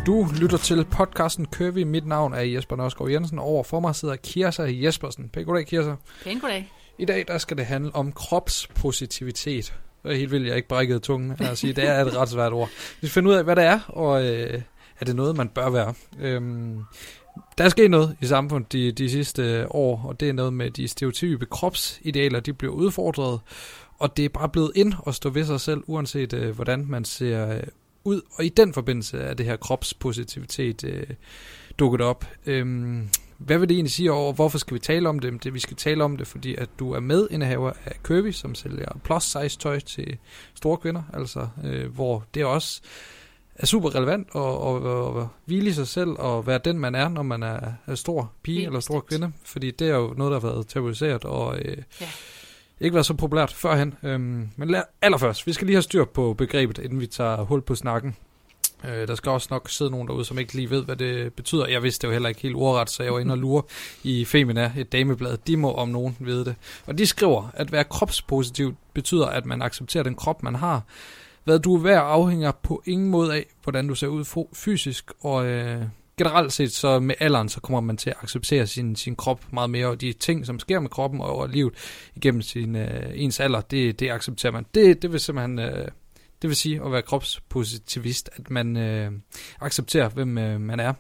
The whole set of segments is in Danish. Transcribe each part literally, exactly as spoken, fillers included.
Du lytter til podcasten Curvy. Mit navn er Jesper Nørskov Jensen. Over for mig sidder Kirsa Jespersen. Pæn goddag, Kirsa. Pæn goddag. I dag der skal det handle om kropspositivitet. Det er helt vildt, jeg ikke brækkede tungen af at sige. Det er et ret svært ord. Vi skal finde ud af, hvad det er, og øh, er det noget, man bør være. Øhm, der er sket noget i samfundet de, de sidste år, og det er noget med de stereotype kropsidealer, de bliver udfordret. Og det er bare blevet ind at stå ved sig selv, uanset øh, hvordan man ser øh, ud. Og i den forbindelse er det her kropspositivitet øh, dukket op. Øhm, hvad vil det egentlig sige, og hvorfor skal vi tale om det? det? Vi skal tale om det, fordi at du er medindehaver af Curvy, som sælger plus size tøj til store kvinder, altså øh, hvor det også er super relevant at, at, at, at hvile i sig selv og være den, man er, når man er, er stor pige eller stor kvinde. Fordi det er jo noget, der har været tabuiseret og øh, ja. ikke været så populært førhen. Øhm, men lad, allerførst, vi skal lige have styr på begrebet, inden vi tager hul på snakken. Øh, der skal også nok sidde nogen derude, som ikke lige ved, hvad det betyder. Jeg vidste det jo heller ikke helt ordret, så jeg var inde og lure i Femina, et dameblad. De må om nogen vide det. Og de skriver, at være kropspositiv betyder, at man accepterer den krop, man har. Hvad du er værd afhænger på ingen måde af, hvordan du ser ud fysisk. Og øh, generelt set, så med alderen, så kommer man til at acceptere sin, sin krop meget mere. Og de ting, som sker med kroppen og, og livet igennem sin, øh, ens alder, det, det accepterer man. Det, det vil simpelthen... Øh, Det vil sige at være kropspositivist, at man øh, accepterer, hvem øh, man er.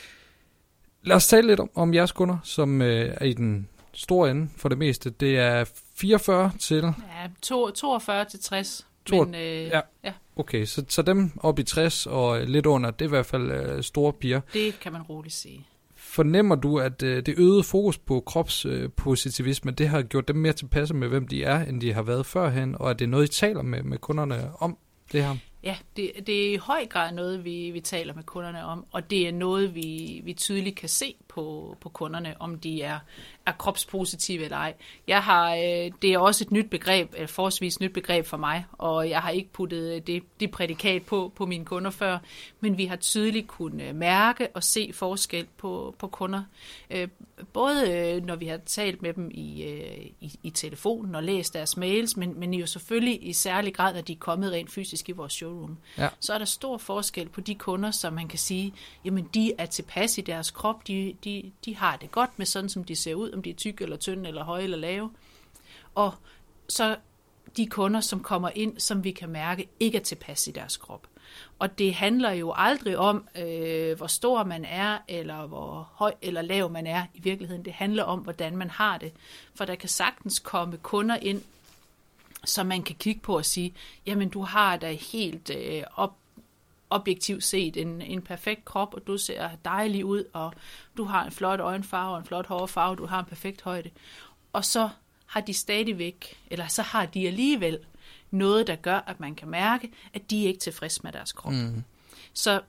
Lad os tale lidt om, om jeres kunder, som øh, er i den store ende for det meste. Det er fireogfyrre til... Ja, toogfyrre til tres. To, men, øh, ja. ja, okay. Så, så dem op i tres og lidt under, det er i hvert fald øh, store piger. det kan man roligt sige. Fornemmer du, at øh, det øgede fokus på kropspositivisme, det har gjort dem mere tilpasse med, hvem de er, end de har været førhen, og at det er noget, I taler med, med kunderne om det her? Ja, det, det er i høj grad noget, vi, vi taler med kunderne om, og det er noget, vi, vi tydeligt kan se på, på kunderne, om de er, er kropspositive eller ej. Jeg har, det er også et nyt begreb, et forholdsvis nyt begreb for mig, og jeg har ikke puttet det, det prædikat på, på mine kunder før, men vi har tydeligt kunnet mærke og se forskel på, på kunder. Både når vi har talt med dem i, i, i telefonen og læst deres mails, men, men jo selvfølgelig i særlig grad, når de er kommet rent fysisk i vores showroom. Ja. Så er der stor forskel på de kunder, som man kan sige, jamen de er tilpas i deres krop, de, de, de har det godt med sådan, som de ser ud, om de er tykke eller tynde eller høje eller lave. Og så de kunder, som kommer ind, som vi kan mærke, ikke er tilpas i deres krop. Og det handler jo aldrig om, øh, hvor stor man er, eller hvor høj eller lav man er i virkeligheden. Det handler om, hvordan man har det. For der kan sagtens komme kunder ind, så man kan kigge på og sige, jamen du har da helt øh, op, objektivt set en, en perfekt krop, og du ser dejlig ud, og du har en flot øjenfarve og en flot hårfarve, du har en perfekt højde. Og så har de stadigvæk, eller så har de alligevel noget, der gør, at man kan mærke, at de er ikke tilfredse med deres krop. Mm. Så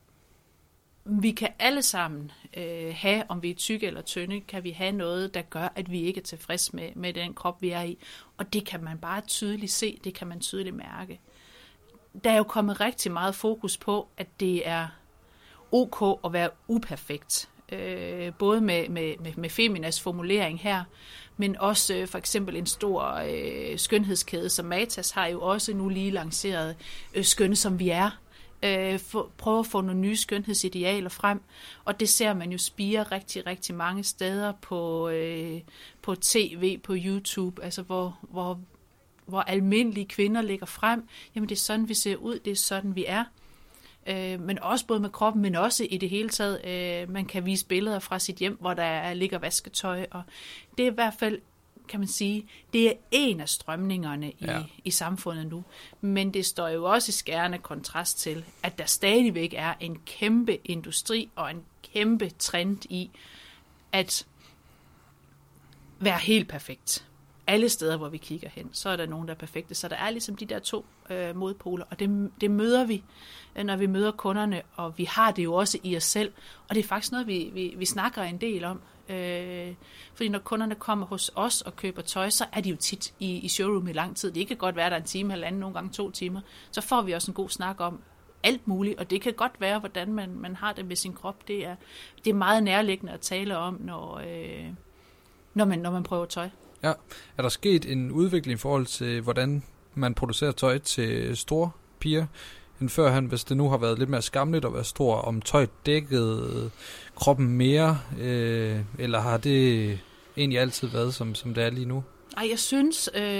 vi kan alle sammen øh, have, om vi er tykke eller tynde, kan vi have noget, der gør, at vi ikke er tilfredse med, med den krop, vi er i. Og det kan man bare tydeligt se, det kan man tydeligt mærke. Der er jo kommet rigtig meget fokus på, at det er ok at være uperfekt. Øh, både med, med, med, med Feminas formulering her, men også øh, for eksempel en stor øh, skønhedskæde som Matas har jo også nu lige lanceret øh, skønne som vi er. Øh, for, prøve at få nogle nye skønhedsidealer frem, og det ser man jo spire rigtig, rigtig mange steder på, øh, på tv, på YouTube, altså hvor, hvor, hvor almindelige kvinder ligger frem. Jamen det er sådan, vi ser ud, det er sådan, vi er. Øh, men også både med kroppen, men også i det hele taget. Øh, man kan vise billeder fra sit hjem, hvor der ligger vasketøj, og det er i hvert fald, kan man sige, det er en af strømningerne i, ja. i samfundet nu. Men det står jo også i skærende kontrast til, at der stadigvæk er en kæmpe industri og en kæmpe trend i at være helt perfekt. Alle steder, hvor vi kigger hen, så er der nogen, der er perfekte. Så der er ligesom de der to øh, modpoler, og det, det møder vi, når vi møder kunderne, og vi har det jo også i os selv. Og det er faktisk noget, vi, vi, vi snakker en del om. Øh, fordi når kunderne kommer hos os og køber tøj, så er de jo tit i, i showroom i lang tid. Det kan godt være, der er en time, halvanden, nogle gange to timer. Så får vi også en god snak om alt muligt, og det kan godt være, hvordan man, man har det med sin krop. Det er, det er meget nærliggende at tale om, når, øh, når, man, når man prøver tøj. Ja, er der sket en udvikling i forhold til, hvordan man producerer tøj til store piger? end førhen, hvis det nu har været lidt mere skamligt at være stor, om tøjet dækket kroppen mere, øh, eller har det egentlig altid været, som, som det er lige nu? Ej, jeg synes, øh,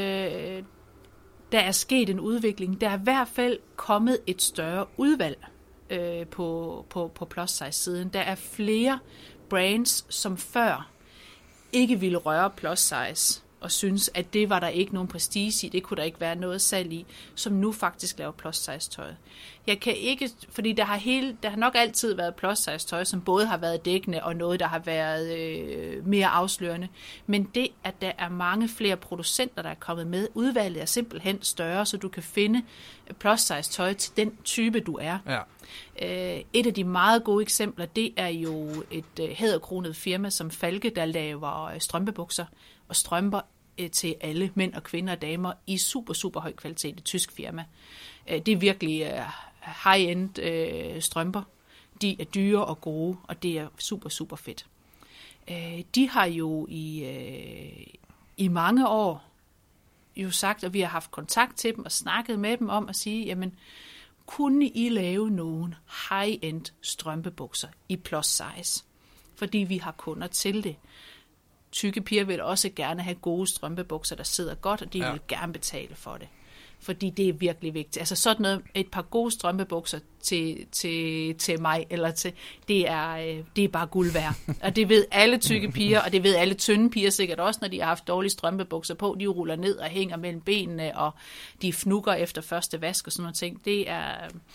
der er sket en udvikling. Der er i hvert fald kommet et større udvalg øh, på, på, på plus size siden. Der er flere brands, som før ikke ville røre plus size, og synes, at det var der ikke nogen prestige i, det kunne der ikke være noget salg i, som nu faktisk laver plus size tøj. Jeg kan ikke, fordi der har, hele, der har nok altid været plus size tøj, som både har været dækkende og noget, der har været øh, mere afslørende. Men det, at der er mange flere producenter, der er kommet med, udvalget er simpelthen større, så du kan finde plus size tøj til den type, du er. Ja. Øh, et af de meget gode eksempler, det er jo et øh, hæderkronet firma som Falke, der laver øh, strømpebukser og strømper øh, til alle mænd og kvinder og damer i super, super høj kvalitet. Et tysk firma. Øh, det er virkelig øh, high-end øh, strømper. De er dyre og gode, og det er super, super fedt. Øh, de har jo i, øh, i mange år jo sagt, og vi har haft kontakt til dem og snakket med dem om at sige, jamen, kunne I lave nogle high-end strømpebukser i plus size? Fordi vi har kunder til det. Tykke piger vil også gerne have gode strømpebukser, der sidder godt, og de ja. vil gerne betale for det. Fordi det er virkelig vigtigt. Altså sådan noget, et par gode strømpebukser til, til, til mig, eller til, det er, det er bare guld værd. Og det ved alle tykke piger, og det ved alle tynde piger sikkert også, når de har haft dårlige strømpebukser på. De ruller ned og hænger mellem benene, og de fnukker efter første vask og sådan noget ting. Det er,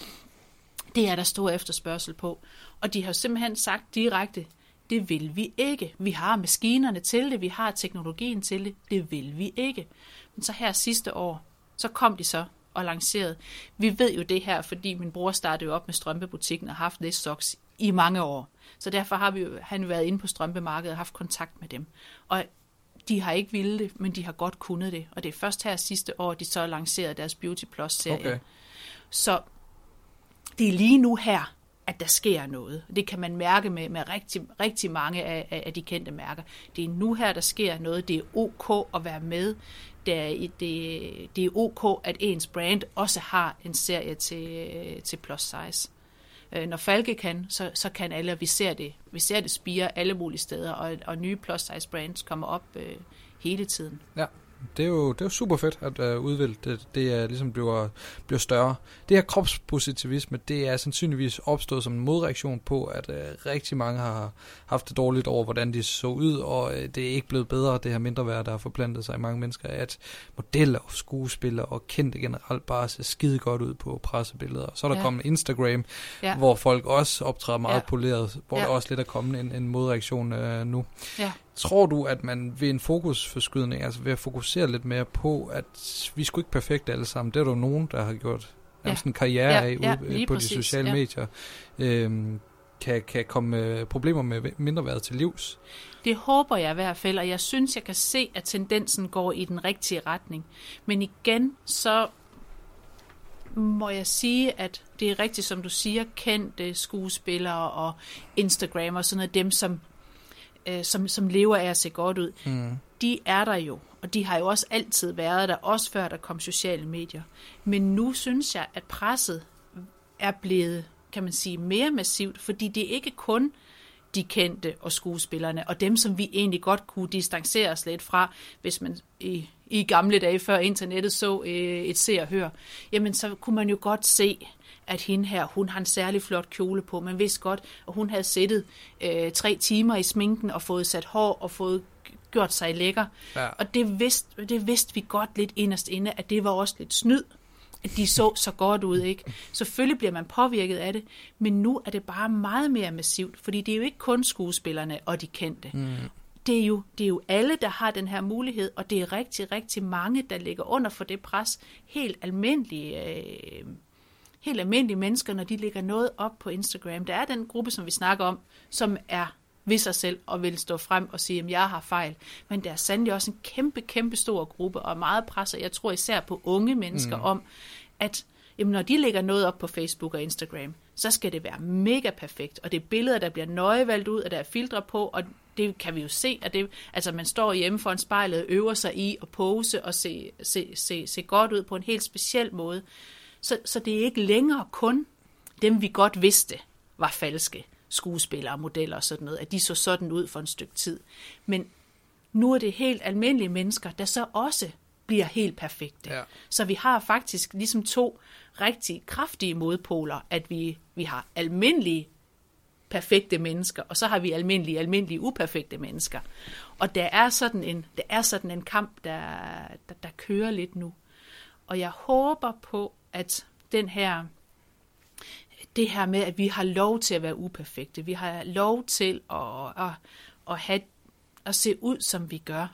det er der stor efterspørgsel på. Og de har simpelthen sagt direkte, det vil vi ikke. Vi har maskinerne til det, vi har teknologien til det, det vil vi ikke. Men så her sidste år, så kom de så og lancerede. Vi ved jo det her, fordi min bror startede jo op med strømpebutikken og har haft This Socks i mange år. Så derfor har vi jo, han været inde på strømpemarkedet og haft kontakt med dem. Og de har ikke ville det, men de har godt kunnet det. Og det er først her sidste år, de så lancerede deres Beauty Plus-serie. Okay. Så det er lige nu her, at der sker noget. Det kan man mærke med, med rigtig, rigtig mange af, af de kendte mærker. Det er nu her, der sker noget. Det er ok at være med. Det er, det, det er ok, at ens brand også har en serie til, til plus size. Når Falke kan, så, så kan alle, og vi ser det. Vi ser det spire alle mulige steder, og, og nye plus size brands kommer op øh, hele tiden. Ja. Det er jo, det er jo super fedt, at uh, udvalget det, det er, ligesom bliver, bliver større. Det her kropspositivisme, det er sandsynligvis opstået som en modreaktion på, at uh, rigtig mange har haft det dårligt over, hvordan de så ud, og uh, det er ikke blevet bedre, det her mindre værd, der har forplantet sig i mange mennesker, at modeller og skuespillere og kendte generelt bare ser skide godt ud på pressebilleder. Så er der ja. kommet Instagram, ja. hvor folk også optræder meget ja. poleret, hvor ja. der også lidt er kommet en, en modreaktion uh, nu. Ja. Tror du, at man ved en fokusforskydning, altså ved at fokusere lidt mere på, at vi er sgu ikke perfekte alle sammen, det er der jo nogen, der har gjort ja. en karriere ja, af ja, ude på præcis, de sociale ja. medier, øhm, kan, kan komme problemer med mindreværdet til livs? Det håber jeg i hvert fald, og jeg synes, jeg kan se, at tendensen går i den rigtige retning. Men igen, så må jeg sige, at det er rigtigt, som du siger, kendte skuespillere og Instagram og sådan noget, dem som Som, som lever af at se godt ud, mm. de er der jo, og de har jo også altid været der, også før der kom sociale medier. Men nu synes jeg, at presset er blevet, kan man sige, mere massivt, fordi det er ikke kun de kendte og skuespillerne, og dem, som vi egentlig godt kunne distancere os lidt fra, hvis man i, i gamle dage før internettet så øh, et se og hør, jamen så kunne man jo godt se, at hende her, hun har en særlig flot kjole på. Man vidste godt, at hun havde siddet øh, tre timer i sminken og fået sat hår og fået gjort sig lækker. Ja. Og det vidste, det vidste vi godt lidt inderst inde, at det var også lidt snyd, at de så så godt ud, ikke? Selvfølgelig bliver man påvirket af det, men nu er det bare meget mere massivt, fordi det er jo ikke kun skuespillerne og de kendte. Mm. Det er, jo, det er jo alle, der har den her mulighed, og det er rigtig, rigtig mange, der ligger under for det pres. Helt almindelige, øh, helt almindelige mennesker, når de lægger noget op på Instagram. Der er den gruppe, som vi snakker om, som er ved sig selv og vil stå frem og sige, at jeg har fejl. Men der er sandelig også en kæmpe, kæmpe stor gruppe og meget presser, jeg tror især på unge mennesker, mm. om, at jamen, når de lægger noget op på Facebook og Instagram, så skal det være mega perfekt. Og det er billeder, der bliver nøje valgt ud, og der er filtre på, og det kan vi jo se, at det, altså man står hjemme foran spejlet og øver sig i at pose og se, se, se, se godt ud på en helt speciel måde. Så, så det er ikke længere kun dem, vi godt vidste var falske skuespillere, modeller og sådan noget, at de så sådan ud for en stykke tid. Men nu er det helt almindelige mennesker, der så også bliver helt perfekte. Ja. Så vi har faktisk ligesom to rigtig kraftige modpoler, at vi, vi har almindelige perfekte mennesker, og så har vi almindelige, almindelige uperfekte mennesker. Og der er sådan en, der er sådan en kamp, der, der, der kører lidt nu. Og jeg håber på, at den her, det her med, at vi har lov til at være uperfekte, vi har lov til at, at, at, have, at se ud, som vi gør,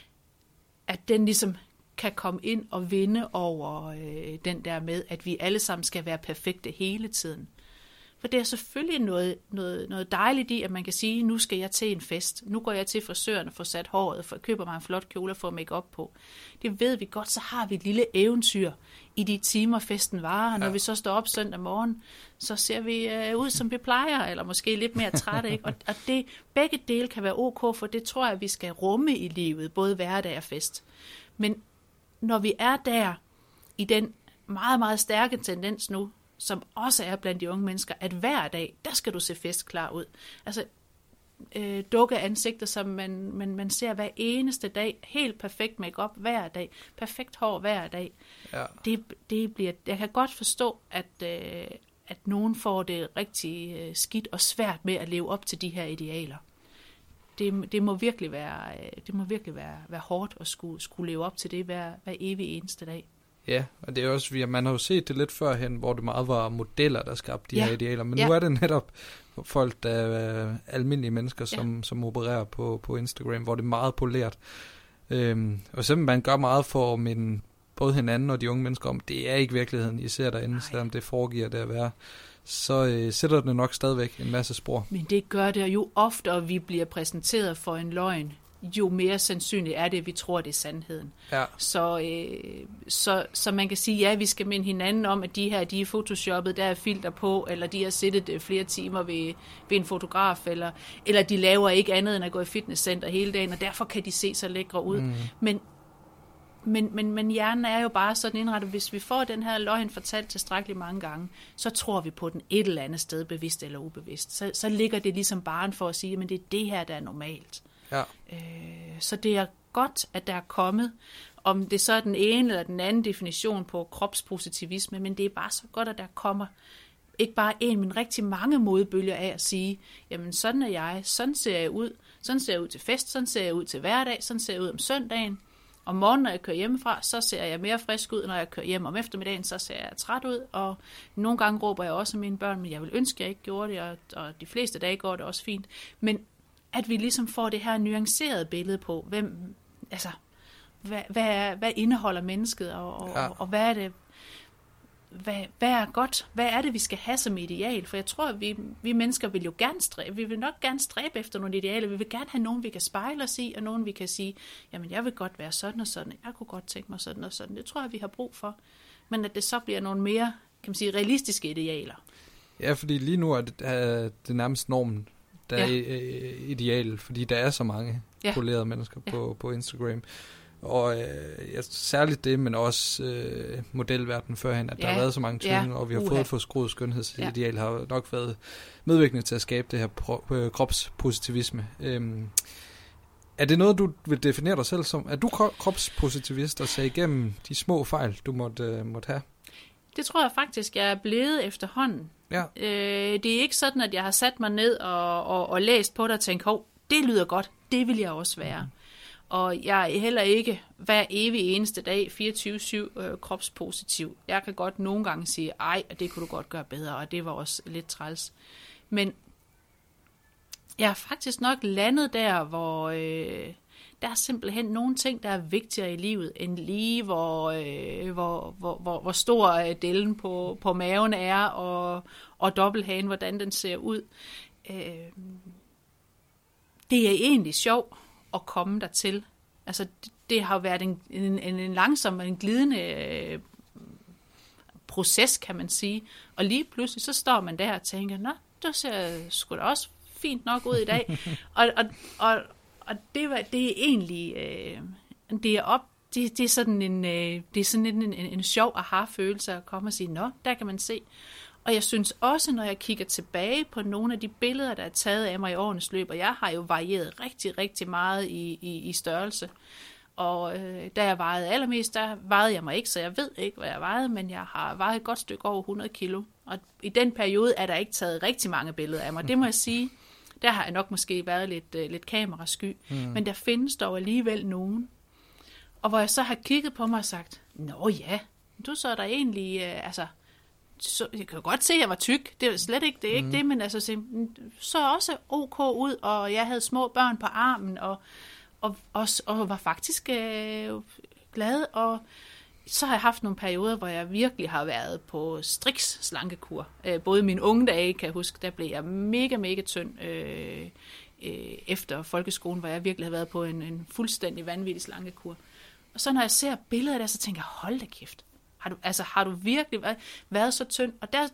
at den ligesom kan komme ind og vinde over øh, den der med, at vi alle sammen skal være perfekte hele tiden. For det er selvfølgelig noget, noget, noget dejligt i, at man kan sige, nu skal jeg til en fest. Nu går jeg til frisøren og får sat håret, for køber mig en flot kjole og får make-up på. Det ved vi godt, så har vi et lille eventyr i de timer, festen varer. Når ja. vi så står op søndag morgen, så ser vi øh, ud, som vi plejer, eller måske lidt mere trætte. Ikke? Og, og det, begge dele kan være ok, for det tror jeg, vi skal rumme i livet, både hverdag og fest. Men når vi er der i den meget, meget stærke tendens nu, som også er blandt de unge mennesker, at hver dag, der skal du se festklar ud. Altså øh, dukke ansigter, som man, man, man ser hver eneste dag, helt perfekt make-up hver dag, perfekt hår hver dag. Ja. Det, det bliver, jeg kan godt forstå, at, øh, at nogen får det rigtig øh, skidt og svært med at leve op til de her idealer. Det, det må virkelig være, det må virkelig være, være hårdt at skulle, skulle leve op til det hver, hver evig eneste dag. Ja, og det er også, man har jo set det lidt førhen, hvor det meget var modeller, der skabte de ja. her idealer, men ja. nu er det netop folk, der er almindelige mennesker, som, ja. som opererer på, på Instagram, hvor det er meget poleret. Øhm, og selvom man gør meget for at minde både hinanden og de unge mennesker om, det er ikke virkeligheden, I ser derinde, Nej. selvom det foregiver det at være, så øh, sætter det nok stadigvæk en masse spor. Men det gør det jo oftere, vi bliver præsenteret for en løgn, jo mere sandsynligt er det, at vi tror, det er sandheden. Ja. Så, øh, så, så man kan sige, ja, vi skal minde hinanden om, at de her, de er photoshoppet, der er filter på, eller de har siddet flere timer ved, ved en fotograf, eller, eller de laver ikke andet end at gå i fitnesscenter hele dagen, og derfor kan de se så lækre ud. Mm. Men, men, men, men hjernen er jo bare sådan indrettet, hvis vi får den her løgn fortalt tilstrækkeligt mange gange, så tror vi på den et eller andet sted, bevidst eller ubevidst. Så, så ligger det ligesom barn for at sige, men det er det her, der er normalt. Ja. Øh, så det er godt, at der er kommet, om det så er den ene eller den anden definition på kropspositivisme, men det er bare så godt, at der kommer ikke bare en, men rigtig mange modbølger af at sige, jamen sådan er jeg, sådan ser jeg ud, sådan ser jeg ud til fest, sådan ser jeg ud til hverdag, sådan ser jeg ud om søndagen. Om morgenen, når jeg kører hjemmefra, så ser jeg mere frisk ud, når jeg kører hjem om eftermiddagen, så ser jeg træt ud, og nogle gange råber jeg også af mine børn, men jeg vil ønske, at jeg ikke gjorde det, og, og de fleste dage går det også fint. Men at vi ligesom får det her nuancerede billede på, hvem, altså, hvad, hvad, er, hvad indeholder mennesket, og, og, ja. og, og hvad er det, hvad, hvad er godt, hvad er det, vi skal have som ideal? For jeg tror, at vi, vi mennesker vil jo gerne stræbe, vi vil nok gerne stræbe efter nogle idealer, vi vil gerne have nogen, vi kan spejle os i, og nogen, vi kan sige, jamen jeg vil godt være sådan og sådan, jeg kunne godt tænke mig sådan og sådan, det tror jeg, vi har brug for. Men at det så bliver nogle mere, kan man sige, realistiske idealer. Ja, fordi lige nu er det, er det nærmest normen, der ja. er ideal, fordi der er så mange ja. polerede mennesker ja. på, på Instagram. Og øh, ja, særligt det, men også øh, modelverdenen førhen, at ja. der har været så mange tynge, ja. og vi har uh-huh. fået for skruet skønhedsideal, ja. har nok været medvirkende til at skabe det her pro- øh, kropspositivisme. Øhm, er det noget, du vil definere dig selv som? Er du kropspositivist og ser igennem de små fejl, du måtte, øh, måtte have? Det tror jeg faktisk, jeg er blevet efterhånden. Ja. Øh, det er ikke sådan, at jeg har sat mig ned og, og, og læst på det og tænkt, hov, det lyder godt, det vil jeg også være. Mm. Og jeg er heller ikke hver evig eneste dag fireogtyve syv øh, kropspositiv. Jeg kan godt nogle gange sige, ej, det kunne du godt gøre bedre, og det var også lidt træls. Men jeg har faktisk nok landet der, hvor øh, der er simpelthen nogle ting, der er vigtigere i livet, end lige hvor, øh, hvor, hvor, hvor, hvor stor delen på, på maven er, og, og dobbelthagen, hvordan den ser ud. Øh, det er egentlig sjovt at komme dertil. Altså, det, det har været en, en, en langsom, en glidende øh, proces, kan man sige. Og lige pludselig, så står man der og tænker, nå, det ser sgu da også fint nok ud i dag. og og, og, og det, var, det er egentlig, øh, det er op det, det er sådan en, øh, det er sådan en, en, en sjov aha-følelse at komme og sige, nå, der kan man se. Og jeg synes også, når jeg kigger tilbage på nogle af de billeder, der er taget af mig i årenes løb, og jeg har jo varieret rigtig, rigtig meget i, i, i størrelse. Og øh, da jeg vejede allermest, der vejede jeg mig ikke, så jeg ved ikke, hvad jeg vejede, men jeg har vejet et godt stykke over hundrede kilo. Og i den periode er der ikke taget rigtig mange billeder af mig. Det må jeg sige. Der har jeg nok måske været lidt, øh, lidt kamerasky. Mm. Men der findes dog alligevel nogen. Og hvor jeg så har kigget på mig og sagt, nå ja, du så er der egentlig, øh, altså, så, jeg kan jo godt se, at jeg var tyk. Det er slet ikke det, er ikke mm. det, men altså, så, så også ok ud, og jeg havde små børn på armen, og Og, og, og var faktisk øh, glad, og så har jeg haft nogle perioder, hvor jeg virkelig har været på striks slankekur. Øh, både mine unge dage, kan jeg huske, der blev jeg mega, mega tynd øh, øh, efter folkeskolen, hvor jeg virkelig har været på en, en fuldstændig vanvittig slankekur. Og så når jeg ser billeder der, så tænker jeg, hold da kæft, har du, altså, har du virkelig været, været så tynd? Og der,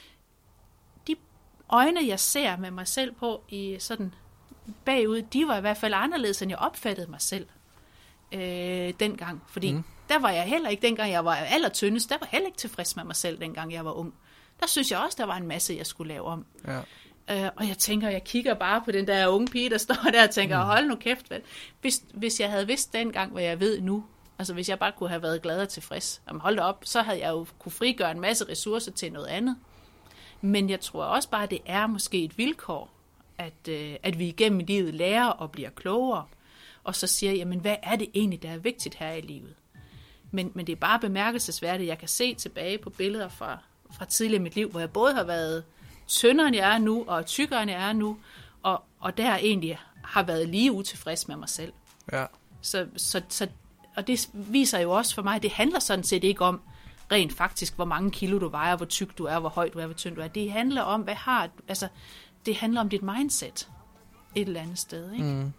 de øjne, jeg ser med mig selv på i sådan bagud, de var i hvert fald anderledes, end jeg opfattede mig selv øh, dengang. Fordi mm. der var jeg heller ikke, dengang jeg var allertyndest, der var jeg heller ikke tilfreds med mig selv, dengang jeg var ung. Der synes jeg også, der var en masse, jeg skulle lave om. Ja. Øh, og jeg tænker, jeg kigger bare på den der unge pige, der står der og tænker, mm. hold nu kæft, vel. Hvis, hvis jeg havde vidst dengang, hvad jeg ved nu, altså hvis jeg bare kunne have været glad og tilfreds, jamen hold da op, så havde jeg jo kunne frigøre en masse ressourcer til noget andet. Men jeg tror også bare, det er måske et vilkår, At, øh, at vi igennem livet lærer og bliver klogere, og så siger, jamen hvad er det egentlig, der er vigtigt her i livet? Men, men det er bare bemærkelsesværdigt, jeg kan se tilbage på billeder fra, fra tidligere i mit liv, hvor jeg både har været tyndere, end jeg er nu, og tykkere, end jeg er nu, og, og der egentlig har været lige utilfreds med mig selv. Ja. Så, så, så, og det viser jo også for mig, at det handler sådan set ikke om, rent faktisk, hvor mange kilo du vejer, hvor tyk du er, hvor høj du er, hvor tynd du er. Det handler om, hvad har altså det handler om dit mindset et eller andet sted, ikke? Mm.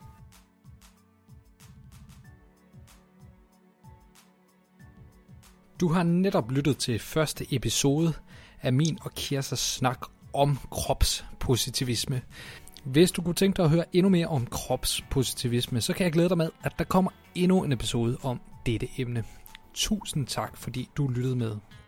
Du har netop lyttet til første episode af min og Kirsas snak om kropspositivisme. Hvis du kunne tænke dig at høre endnu mere om kropspositivisme, så kan jeg glæde dig med, at der kommer endnu en episode om dette emne. Tusind tak, fordi du lyttede med.